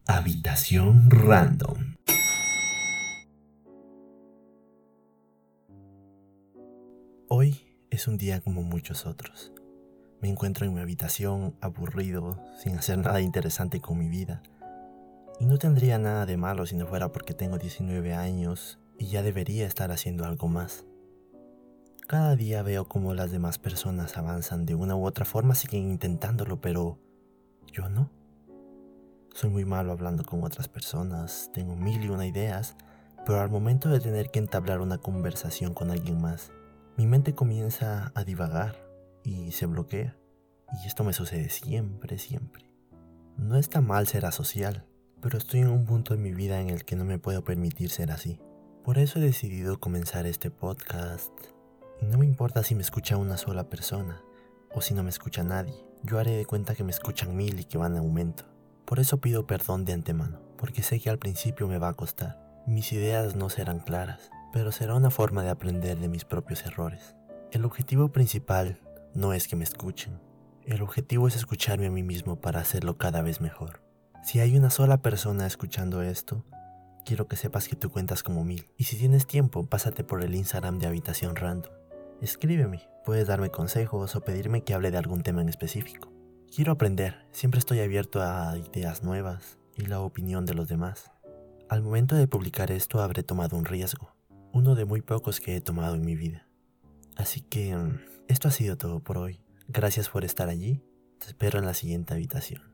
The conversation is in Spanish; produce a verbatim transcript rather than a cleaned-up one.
Habitación random. Hoy es un día como muchos otros. Me encuentro en mi habitación aburrido, sin hacer nada interesante con mi vida. Y no tendría nada de malo si no fuera porque tengo diecinueve años y ya debería estar haciendo algo más. Cada día veo cómo las demás personas avanzan de una u otra forma, siguen intentándolo, pero yo no. Soy muy malo hablando con otras personas, tengo mil y una ideas, pero al momento de tener que entablar una conversación con alguien más, mi mente comienza a divagar y se bloquea. Y esto me sucede siempre, siempre. No está mal ser asocial, pero estoy en un punto en mi vida en el que no me puedo permitir ser así. Por eso he decidido comenzar este podcast. Y no me importa si me escucha una sola persona, o si no me escucha nadie. Yo haré de cuenta que me escuchan mil y que van en aumento. Por eso pido perdón de antemano, porque sé que al principio me va a costar. Mis ideas no serán claras, pero será una forma de aprender de mis propios errores. El objetivo principal no es que me escuchen. El objetivo es escucharme a mí mismo para hacerlo cada vez mejor. Si hay una sola persona escuchando esto, quiero que sepas que tú cuentas como mil. Y si tienes tiempo, pásate por el Instagram de Habitación Random. Escríbeme, puedes darme consejos o pedirme que hable de algún tema en específico. Quiero aprender, siempre estoy abierto a ideas nuevas y la opinión de los demás. Al momento de publicar esto habré tomado un riesgo, uno de muy pocos que he tomado en mi vida. Así que esto ha sido todo por hoy. Gracias por estar allí, te espero en la siguiente habitación.